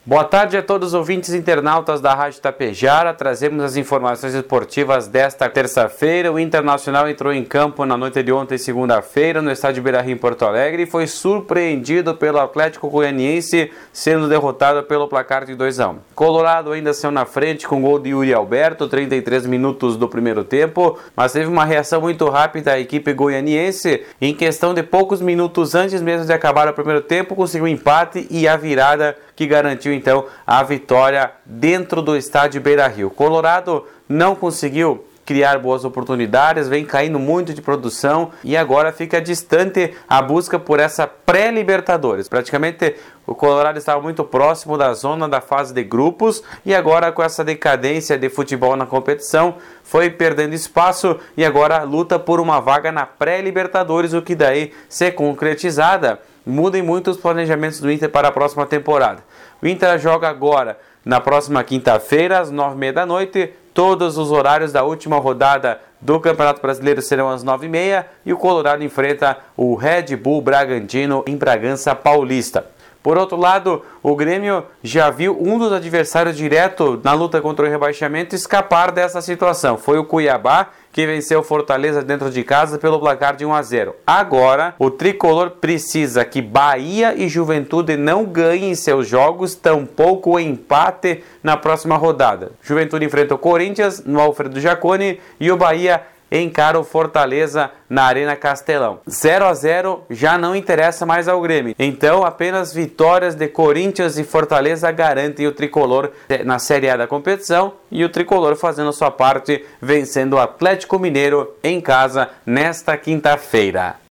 Boa tarde a todos os ouvintes internautas da Rádio Tapejara. Trazemos as informações esportivas desta terça-feira. O Internacional entrou em campo na noite de ontem, segunda-feira, no estádio Beira-Rio, em Porto Alegre, e foi surpreendido pelo Atlético Goianiense, sendo derrotado pelo placar de 2-1. Colorado ainda saiu na frente com o gol de Yuri Alberto, 33 minutos do primeiro tempo, mas teve uma reação muito rápida da equipe goianiense. Em questão de poucos minutos antes mesmo de acabar o primeiro tempo, conseguiu um empate e a virada que garantiu então a vitória dentro do estádio Beira-Rio. Colorado não conseguiu criar boas oportunidades, vem caindo muito de produção e agora fica distante a busca por essa pré-Libertadores. Praticamente o Colorado estava muito próximo da zona da fase de grupos e agora, com essa decadência de futebol na competição, foi perdendo espaço e agora luta por uma vaga na pré-Libertadores, o que daí, se concretizada, muda em muito os planejamentos do Inter para a próxima temporada. O Inter joga agora na próxima quinta-feira, às 9h30 da noite. Todos os horários da última rodada do Campeonato Brasileiro serão às 9h30 e o Colorado enfrenta o Red Bull Bragantino em Bragança Paulista. Por outro lado, o Grêmio já viu um dos adversários direto na luta contra o rebaixamento escapar dessa situação. Foi o Cuiabá, que venceu o Fortaleza dentro de casa pelo placar de 1-0. Agora, o tricolor precisa que Bahia e Juventude não ganhem seus jogos, tampouco o empate na próxima rodada. Juventude enfrenta o Corinthians no Alfredo Jaconi e o Bahia encara o Fortaleza na Arena Castelão. 0-0 já não interessa mais ao Grêmio. Então, apenas vitórias de Corinthians e Fortaleza garantem o tricolor na Série A da competição e o tricolor fazendo a sua parte, vencendo o Atlético Mineiro em casa nesta quinta-feira.